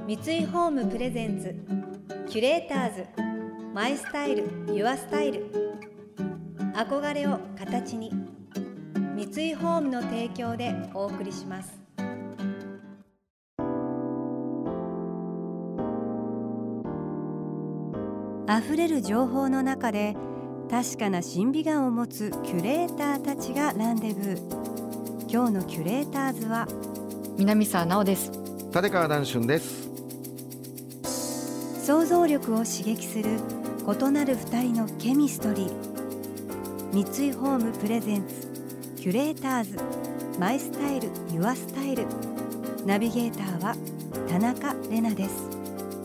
三井ホームプレゼンツキュレーターズマイスタイルユアスタイル、憧れを形に、三井ホームの提供でお送りします。あふれる情報の中で確かな審美眼を持つキュレーターたちがランデブー。今日のキュレーターズは南沢奈央です。 立川談春です。 想像力を刺激する異なる二人のケミストリー。三井ホームプレゼンツキュレーターズマイスタイルユアスタイル、ナビゲーターは田中れなです。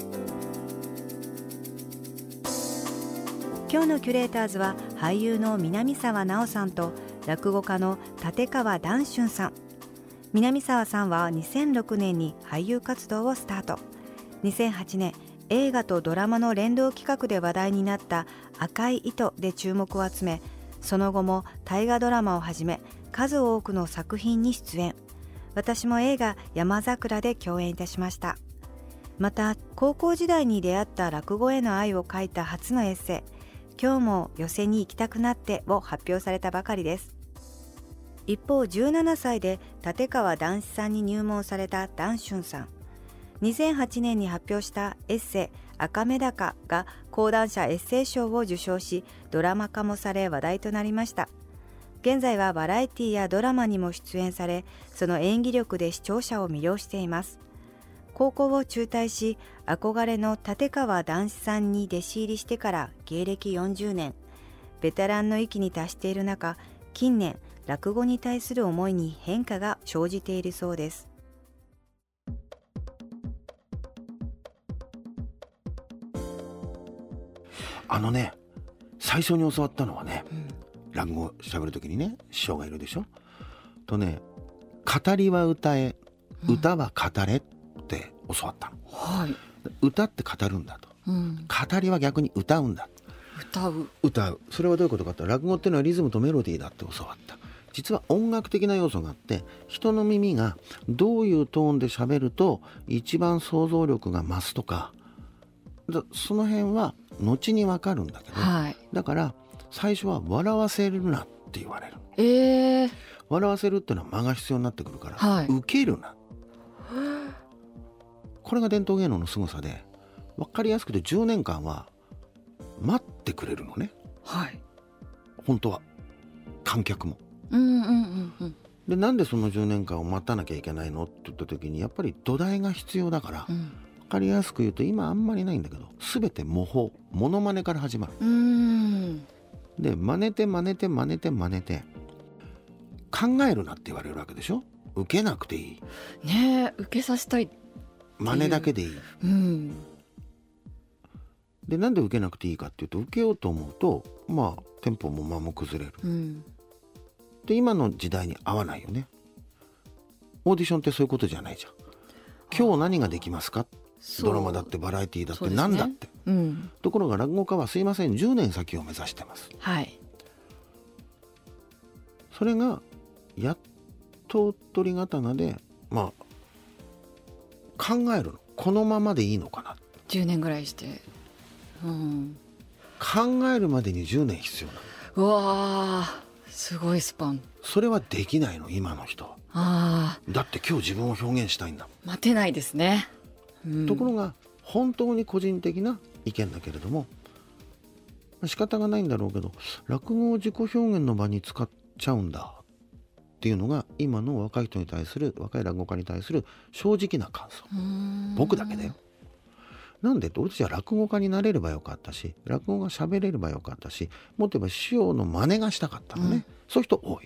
今日のキュレーターズは俳優の南沢奈央さんと落語家の立川談春さん。南沢さんは2006年に俳優活動をスタート。2008年映画とドラマの連動企画で話題になった赤い糸で注目を集め、その後も大河ドラマをはじめ数多くの作品に出演。私も映画山桜で共演いたしました。また高校時代に出会った落語への愛を書いた初のエッセイ、今日も寄席に行きたくなってを発表されたばかりです。一方17歳で立川談志さんに入門された談春さん。2008年に発表したエッセイ赤目高が講談社エッセイ賞を受賞し、ドラマ化もされ話題となりました。現在はバラエティやドラマにも出演され、その演技力で視聴者を魅了しています。高校を中退し、憧れの立川談志さんに弟子入りしてから芸歴40年、ベテランの域に達している中、近年落語に対する思いに変化が生じているそうです。 最初に教わったのはね、落語喋るときにね、師匠がいるでしょとね、語りは歌え、歌は語れって教わったの、歌って語るんだと、語りは逆に歌うんだ。歌う、それはどういうことかと、落語っていうのはリズムとメロディーだって教わった。実は音楽的な要素があって、人の耳がどういうトーンで喋ると一番想像力が増すとか、その辺は後に分かるんだけど、だから最初は笑わせるなって言われる、笑わせるっていうのは間が必要になってくるから、受けるな。これが伝統芸能の凄さで、分かりやすくて10年間は待ってくれるのね、本当は観客も、でなんでその10年間を待たなきゃいけないのって言った時に、やっぱり土台が必要だから、分かりやすく言うと今あんまりないんだけど、全て模倣、モノマネから始まる。で真似て真似て真似て真似て、考えるなって言われるわけでしょ。受けなくていいね、受けさせたい、 真似だけでいい、でなんで受けなくていいかっていうと、受けようと思うとテンポも間も崩れる、で今の時代に合わないよね。オーディションってそういうことじゃないじゃん。今日何ができますか、ドラマだってバラエティだって何だって、ところが落語家はすいません10年先を目指してます、それがやっと鳥刀で考えるの、このままでいいのかな、 10年ぐらいして、 考えるまでに10年必要なの。 うわー、すごいスパン。 それはできないの今の人は。だって今日自分を表現したいんだもん。 待てないですね、 ところが本当に個人的な意見だけれども、仕方がないんだろうけど、落語を自己表現の場に使っちゃうんだっていうのが今の若い人に対する、若い落語家に対する正直な感想。僕だけだよ。なんで俺たちは落語家になれればよかったし、落語が喋れればよかったし、もっと言えば師匠の真似がしたかったのね、そういう人多い、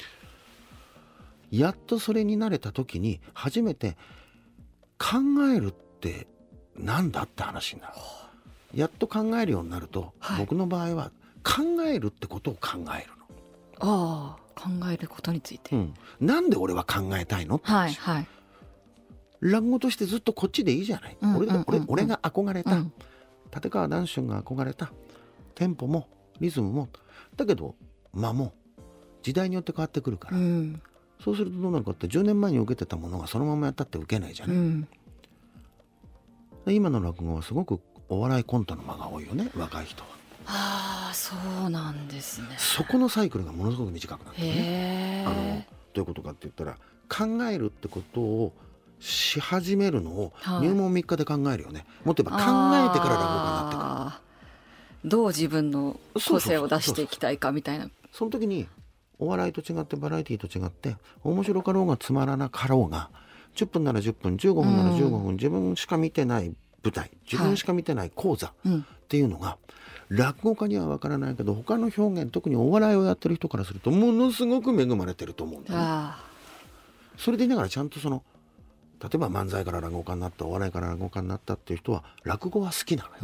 やっとそれになれた時に初めて考えるってなんだって話になる。やっと考えるようになると、僕の場合は考えるってことを考えるの。 考えることについて、 なんで俺は考えたいのって話、落語としてずっとこっちでいいじゃない、俺が憧れた、立川談春が憧れたテンポもリズムも、だけど間も時代によって変わってくるから、そうするとどうなるかって、10年前に受けてたものがそのままやったって受けないじゃない、 今の落語はすごくお笑いコントの間が多いよね、若い人は。 ああ、そうなんですね。 そこのサイクルがものすごく短くなってるね。 へえ。 どういうことかって言ったら、考えるってことをし始めるのをはい入門3日で考えるよね。もっと言えば考えてから落語家になってくる。 あーどう自分の個性を出していきたいかみたいな。 その時にお笑いと違ってバラエティと違って面白かろうがつまらなかろうが10分なら10分15分なら15分、自分しか見てない舞台、自分しか見てない講座っていうのが、落語家には分からないけど他の表現、特にお笑いをやってる人からするとものすごく恵まれてると思うんだよね。 あそれで言いながらちゃんと例えば漫才から落語家になった、お笑いから落語家になったっていう人は落語は好きなのよ。 ー、うん、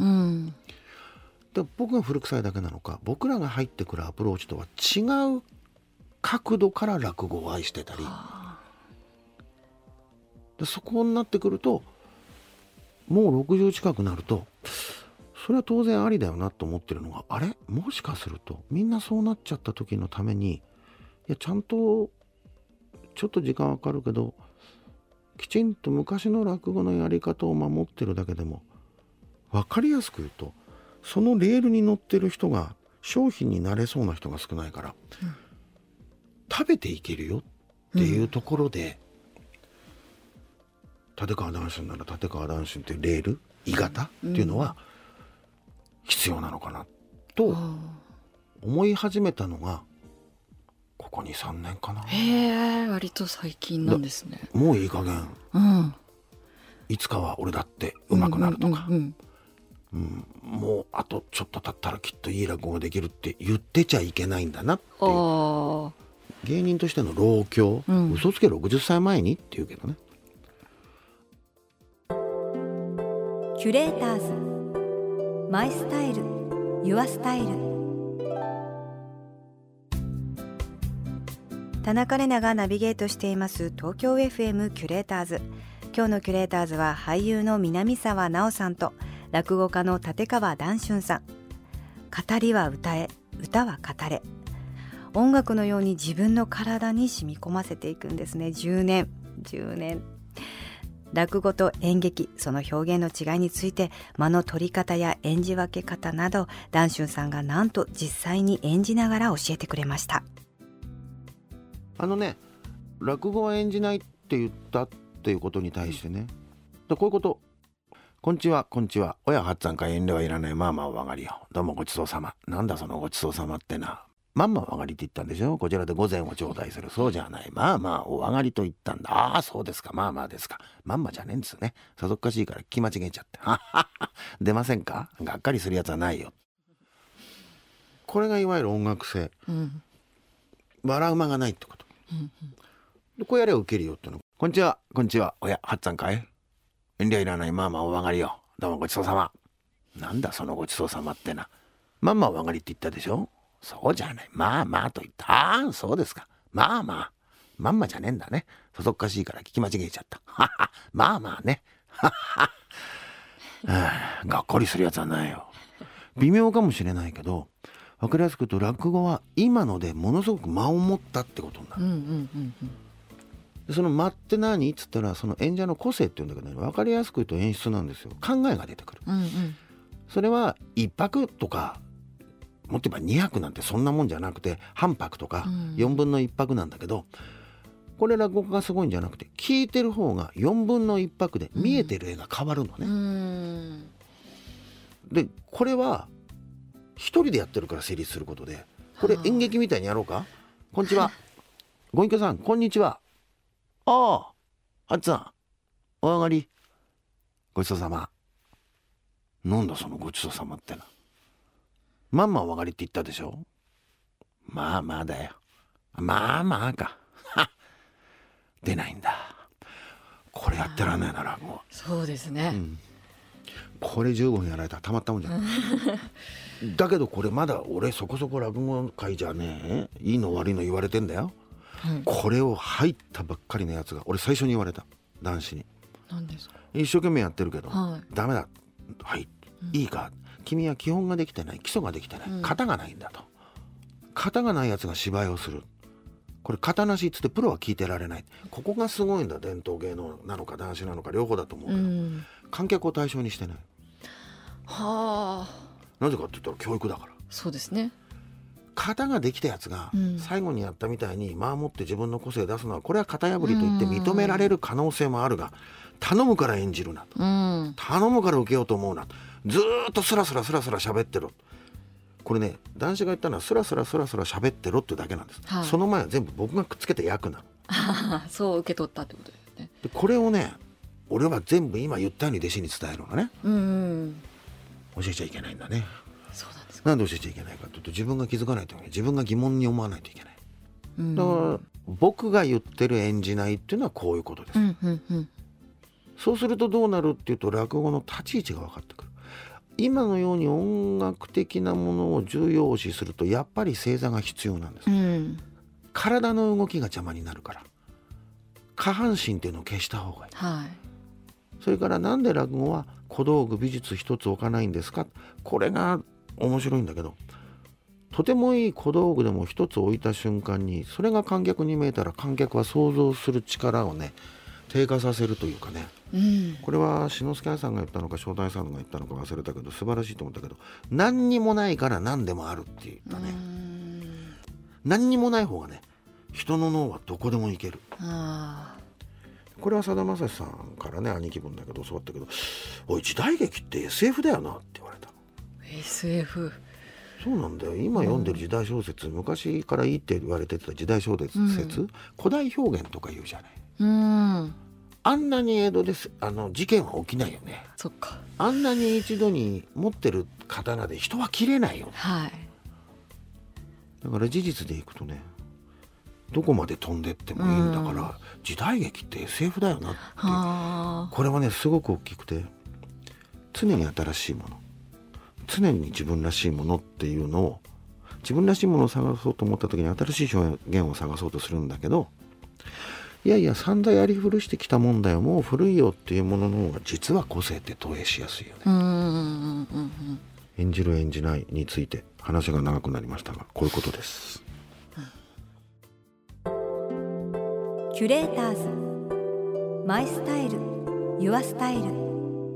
で僕が古臭いだけなのか、僕らが入ってくるアプローチとは違う角度から落語を愛してたり、でそこになってくるともう60近くなるとそれは当然ありだよなと思ってるのが、あれもしかするとみんなそうなっちゃった時のために、いやちゃんとちょっと時間はかかるけどきちんと昔の落語のやり方を守ってるだけでも分かりやすく言うと、そのレールに乗ってる人が商品になれそうな人が少ないから、食べていけるよっていうところで、立川談春なら立川談春っていうレール、鋳型っていうのは必要なのかなと思い始めたのがここ 2,3 年かな。 へえ、割と最近なんですね。 もういい加減、 うん、 いつかは俺だって上手くなるとか、もうあとちょっと経ったらきっといい落語ができるって言ってちゃいけないんだなっていう、芸人としての老境、嘘つけ60歳前にっていうけどね。 キュレーターズマイスタイルユアスタイル。田中れながナビゲートしています東京 FM キュレーターズ。今日のキュレーターズは俳優の南沢奈央さんと落語家の立川談春さん。語りは歌え、歌は語れ。音楽のように自分の体に染み込ませていくんですね。10年落語と演劇、その表現の違いについて、間の取り方や演じ分け方など、談春さんがなんと実際に演じながら教えてくれました。 落語は演じないって言ったっていうことに対してね、こういうこと、こんちはこんちは、親はっつぁんか遠慮はいらない、まあまあお上がりよ、どうもごちそうさま。なんだそのごちそうさまってな、まんまお上がりって言ったんでしょ。こちらで午前を頂戴する。そうじゃない。まあまあお上がりと言ったんだ。ああそうですか、まあまあですか。まんまじゃねえんですね。さぞっかしいから聞き間違えちゃって。出ませんか。がっかりするやつはないよ。これがいわゆる音楽性、笑う間がないってこと、でこうやれば受けるよっての。こんちはこんちは、おやはっつぁんかい、遠慮いらない、まあまあお上がりよ、どうもごちそうさま。なんだそのごちそうさまってな、まんまお上がりって言ったでしょ。そうじゃない、まあまあと言った。ああそうですか、まあまあ、まんまじゃねえんだね。そそっかしいから聞き間違えちゃった。まあまあね。がっかりするやつはないよ。微妙かもしれないけど、分かりやすく言うと落語は今のでものすごく間を持ったってことになる。でその間って何っつったら、その演者の個性っていうんだけどね、分かりやすく言うと演出なんですよ。考えが出てくる、それは一拍とかもっと言えば2拍なんてそんなもんじゃなくて、半拍とか4分の1拍なんだけど、これ落語家がすごいんじゃなくて、聞いてる方が4分の1拍で見えてる絵が変わるのね。でこれは一人でやってるから成立することで、これ演劇みたいにやろうか。こんにちはご隠居さん、こんにちは。ああっつぁんお上がり、ごちそうさま。なんだそのごちそうさまってな、まんまお上がりって言ったでしょ。まあまあだよ、まあまあか。出ないんだ。これやってらんないな落語。 そうですね、 これ15分やられたらたまったもんじゃない。だけどこれまだ俺そこそこ落語界じゃねえ、いいの悪いの言われてんだよ、これを入ったばっかりのやつが、俺最初に言われた、男子に。 何ですか。 一生懸命やってるけど、ダメだ、いいか、君は基本ができてない、基礎ができてない、型がないんだと。型がないやつが芝居をする、これ型なしっつってプロは聞いてられない。ここがすごいんだ。伝統芸能なのか男子なのか両方だと思うけど、 観客を対象にしてない。 はあ。 なぜかって言ったら教育だから。 そうですね。 型ができたやつがうん最後にやったみたいに間を持って自分の個性を出すのはこれは型破りと言って認められる可能性もあるが、頼むから演じるなと、 うん頼むから受けようと思うなと、ずーっとスラスラ喋ってろ。これね、男子が言ったのはスラスラ喋ってろってだけなんです、 はい、 その前は全部僕がくっつけた役なの。 そう受け取ったってことですね。 でこれをね、俺は全部今言ったように弟子に伝えるのね、 うん、 教えちゃいけないんだね。 そうなんですか。 なんで教えちゃいけないかというと、自分が気づかないといけない、自分が疑問に思わないといけない。 うんだから僕が言ってる演じないっていうのはこういうことです、 うんうんうん、 そうするとどうなるっていうと、落語の立ち位置が分かってくる。今のように音楽的なものを重要視するとやっぱり正座が必要なんです、 うん、 体の動きが邪魔になるから、下半身っていうのを消した方がいい、 はい、 それからなんで落語は小道具美術一つ置かないんですか。これが面白いんだけど、とてもいい小道具でも一つ置いた瞬間にそれが観客に見えたら、観客は想像する力をね低下させるというかね、 うん、 これは志の輔さんが言ったのか正太さんが言ったのか忘れたけど素晴らしいと思ったけど、何にもないから何でもあるって言ったね。何にもない方がね、人の脳はどこでもいける。これはさだまさしさんからね、兄貴分だけど教わったけど、おい時代劇って SF だよなって言われたの。 SF。 そうなんだよ。今読んでる時代小説、昔からいいって言われてた時代小説、古代表現とか言うじゃない。あんなに江戸です事件は起きないよね。 そっか。 あんなに一度に持ってる刀で人は切れないよね、 はい、 だから事実でいくとね、どこまで飛んでってもいいんだから、時代劇って SF だよなっていう。これはねすごく大きくて、常に新しいもの、常に自分らしいものっていうのを、自分らしいものを探そうと思った時に新しい表現を探そうとするんだけど、いやいや散々やり古してきたもんだよ、もう古いよっていうものの方が実は個性って投影しやすいよね。演じる演じないについて話が長くなりましたが、こういうことです。 キュレーターズマイスタイルユアスタイル。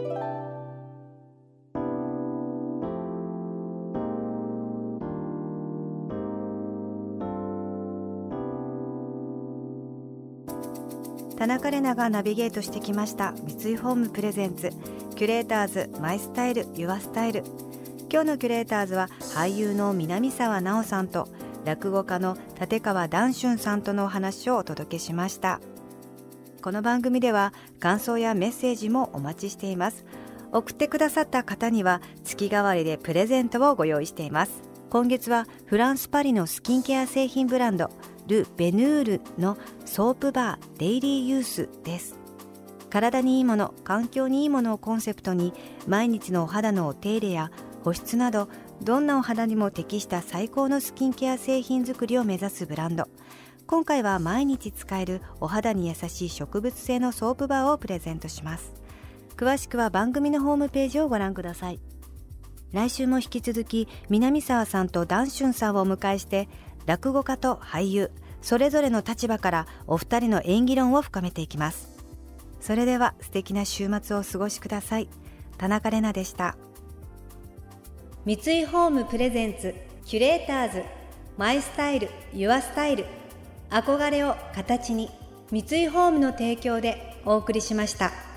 田中玲奈がナビゲートしてきました三井ホームプレゼンツキュレーターズマイスタイルユアスタイル。今日のキュレーターズは俳優の南沢奈央さんと落語家の立川談春さんとのお話をお届けしました。この番組では感想やメッセージもお待ちしています。送ってくださった方には月替わりでプレゼントをご用意しています。今月はフランスパリのスキンケア製品ブランドル・ベヌールのソープバーデイリーユースです。体にいいもの、環境にいいものをコンセプトに、毎日のお肌のお手入れや保湿などどんなお肌にも適した最高のスキンケア製品作りを目指すブランド。今回は毎日使えるお肌に優しい植物性のソープバーをプレゼントします。詳しくは番組のホームページをご覧ください。来週も引き続き南沢さんと談春さんをお迎えして、落語家と俳優それぞれの立場からお二人の演技論を深めていきます。それでは素敵な週末をお過ごしください。田中玲奈でした。三井ホームプレゼンツキュレーターズマイスタイルユアスタイル。憧れを形に、三井ホームの提供でお送りしました。